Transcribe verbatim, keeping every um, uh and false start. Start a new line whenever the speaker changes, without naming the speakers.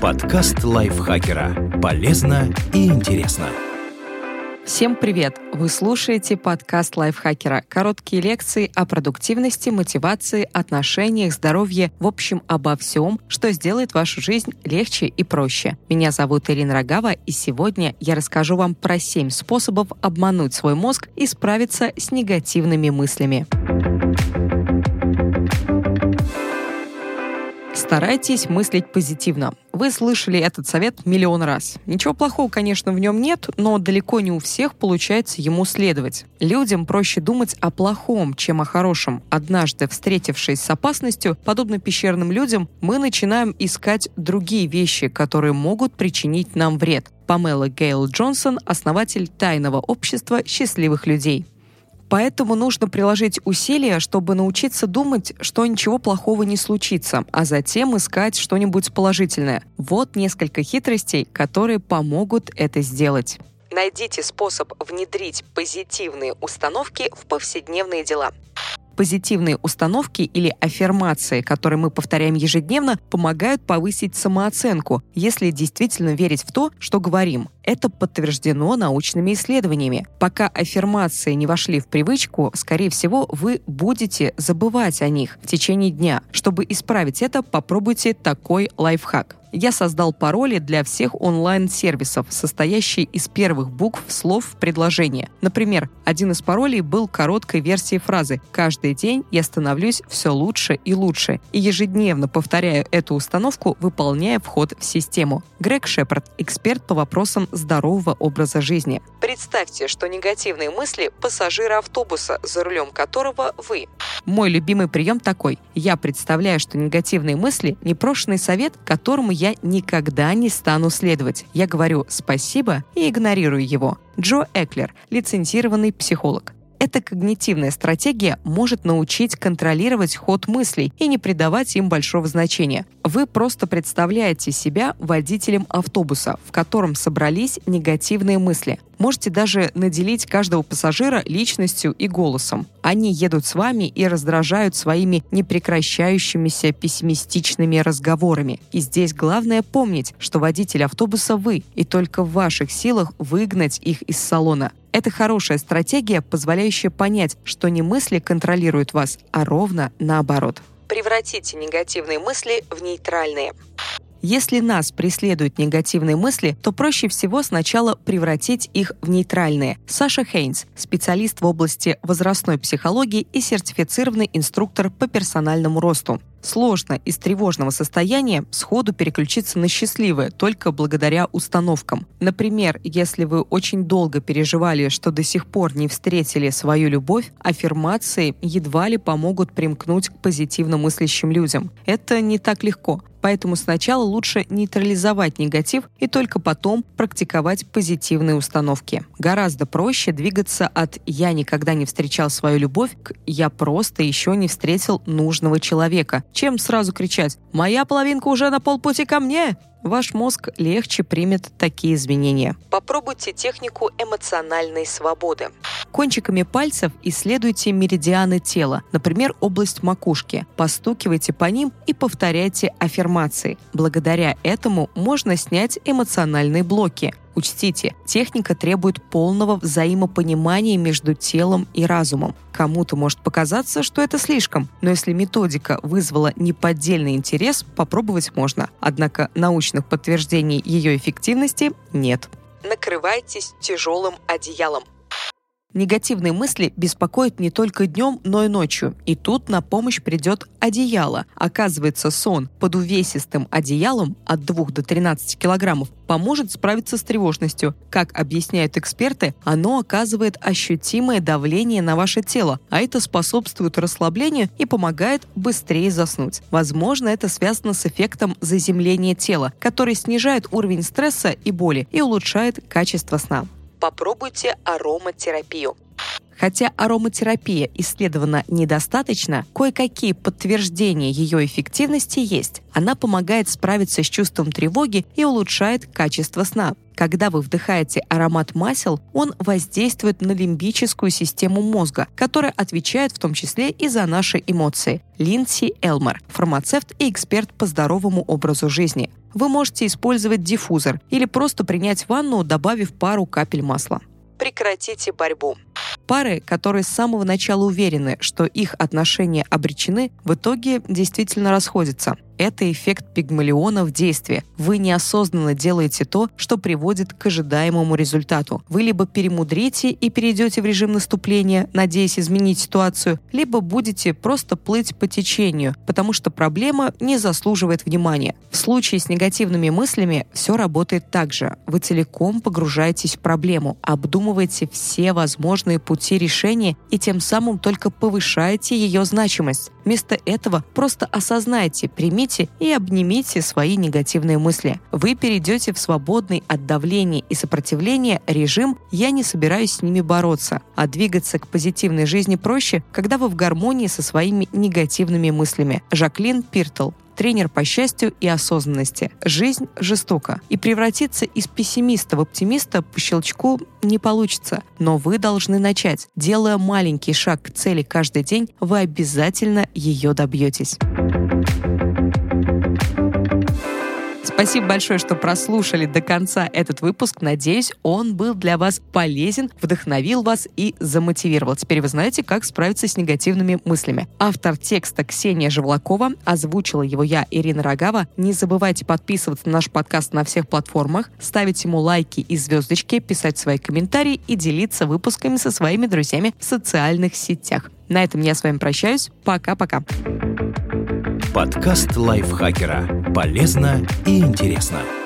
Подкаст лайфхакера. Полезно и интересно.
Всем привет! Вы слушаете подкаст лайфхакера. Короткие лекции о продуктивности, мотивации, отношениях, здоровье, в общем, обо всем, что сделает вашу жизнь легче и проще. Меня зовут Ирина Рогава, и сегодня я расскажу вам про семь способов обмануть свой мозг и справиться с негативными мыслями. Старайтесь мыслить позитивно. Вы слышали этот совет миллион раз. Ничего плохого, конечно, в нем нет, но далеко не у всех получается ему следовать. Людям проще думать о плохом, чем о хорошем. Однажды, встретившись с опасностью, подобно пещерным людям, мы начинаем искать другие вещи, которые могут причинить нам вред. Памела Гейл Джонсон, основатель тайного общества счастливых людей. Поэтому нужно приложить усилия, чтобы научиться думать, что ничего плохого не случится, а затем искать что-нибудь положительное. Вот несколько хитростей, которые помогут это сделать. Найдите способ внедрить позитивные установки в повседневные дела. Позитивные установки или аффирмации, которые мы повторяем ежедневно, помогают повысить самооценку, если действительно верить в то, что говорим. Это подтверждено научными исследованиями. Пока аффирмации не вошли в привычку, скорее всего, вы будете забывать о них в течение дня. Чтобы исправить это, попробуйте такой лайфхак. Я создал пароли для всех онлайн-сервисов, состоящие из первых букв слов в предложении. Например, один из паролей был короткой версией фразы «Каждый день я становлюсь все лучше и лучше» и ежедневно повторяю эту установку, выполняя вход в систему. Грег Шепард, эксперт по вопросам здорового образа жизни. Представьте, что негативные мысли пассажира автобуса, за рулем которого вы. Мой любимый прием такой. Я представляю, что негативные мысли – непрошенный совет, которому я я никогда не стану следовать. Я говорю «спасибо» и игнорирую его. Джо Эклер, лицензированный психолог. Эта когнитивная стратегия может научить контролировать ход мыслей и не придавать им большого значения. Вы просто представляете себя водителем автобуса, в котором собрались негативные мысли. Можете даже наделить каждого пассажира личностью и голосом. Они едут с вами и раздражают своими непрекращающимися пессимистичными разговорами. И здесь главное помнить, что водитель автобуса вы, и только в ваших силах выгнать их из салона. Это хорошая стратегия, позволяющая понять, что не мысли контролируют вас, а ровно наоборот. Превратите негативные мысли в нейтральные. Если нас преследуют негативные мысли, то проще всего сначала превратить их в нейтральные. Саша Хейнс, специалист в области возрастной психологии и сертифицированный инструктор по персональному росту. Сложно из тревожного состояния сходу переключиться на счастливое только благодаря установкам. Например, если вы очень долго переживали, что до сих пор не встретили свою любовь, аффирмации едва ли помогут примкнуть к позитивно мыслящим людям. Это не так легко. Поэтому сначала лучше нейтрализовать негатив и только потом практиковать позитивные установки. Гораздо проще двигаться от «я никогда не встречал свою любовь» к «я просто еще не встретил нужного человека», чем сразу кричать «моя половинка уже на полпути ко мне». Ваш мозг легче примет такие изменения. Попробуйте технику эмоциональной свободы. Кончиками пальцев исследуйте меридианы тела, например, область макушки. Постукивайте по ним и повторяйте аффирмации. Благодаря этому можно снять эмоциональные блоки. Учтите, техника требует полного взаимопонимания между телом и разумом. Кому-то может показаться, что это слишком, но если методика вызвала неподдельный интерес, попробовать можно. Однако научных подтверждений ее эффективности нет. Накрывайтесь тяжелым одеялом. Негативные мысли беспокоят не только днем, но и ночью. И тут на помощь придет одеяло. Оказывается, сон под увесистым одеялом от двух до тринадцати килограммов поможет справиться с тревожностью. Как объясняют эксперты, оно оказывает ощутимое давление на ваше тело, а это способствует расслаблению и помогает быстрее заснуть. Возможно, это связано с эффектом заземления тела, который снижает уровень стресса и боли и улучшает качество сна. Попробуйте ароматерапию. Хотя ароматерапия исследована недостаточно, кое-какие подтверждения ее эффективности есть. Она помогает справиться с чувством тревоги и улучшает качество сна. Когда вы вдыхаете аромат масел, он воздействует на лимбическую систему мозга, которая отвечает в том числе и за наши эмоции. Линдси Элмер, фармацевт и эксперт по здоровому образу жизни. Вы можете использовать диффузор или просто принять ванну, добавив пару капель масла. Прекратите борьбу. Пары, которые с самого начала уверены, что их отношения обречены, в итоге действительно расходятся. Это эффект Пигмалиона в действии. Вы неосознанно делаете то, что приводит к ожидаемому результату. Вы либо перемудрите и перейдете в режим наступления, надеясь изменить ситуацию, либо будете просто плыть по течению, потому что проблема не заслуживает внимания. В случае с негативными мыслями все работает так же. Вы целиком погружаетесь в проблему, обдумываете все возможные пути решения и тем самым только повышаете ее значимость. Вместо этого просто осознайте, примите и обнимите свои негативные мысли. Вы перейдете в свободный от давления и сопротивления режим «я не собираюсь с ними бороться», а двигаться к позитивной жизни проще, когда вы в гармонии со своими негативными мыслями. Жаклин Пиртл, тренер по счастью и осознанности. Жизнь жестока. И превратиться из пессимиста в оптимиста по щелчку не получится. Но вы должны начать. Делая маленький шаг к цели каждый день, вы обязательно ее добьетесь. Спасибо большое, что прослушали до конца этот выпуск. Надеюсь, он был для вас полезен, вдохновил вас и замотивировал. Теперь вы знаете, как справиться с негативными мыслями. Автор текста Ксения Живлакова, озвучила его я, Ирина Рогава. Не забывайте подписываться на наш подкаст на всех платформах, ставить ему лайки и звездочки, писать свои комментарии и делиться выпусками со своими друзьями в социальных сетях. На этом я с вами прощаюсь. Пока-пока.
Подкаст лайфхакера. Полезно и интересно.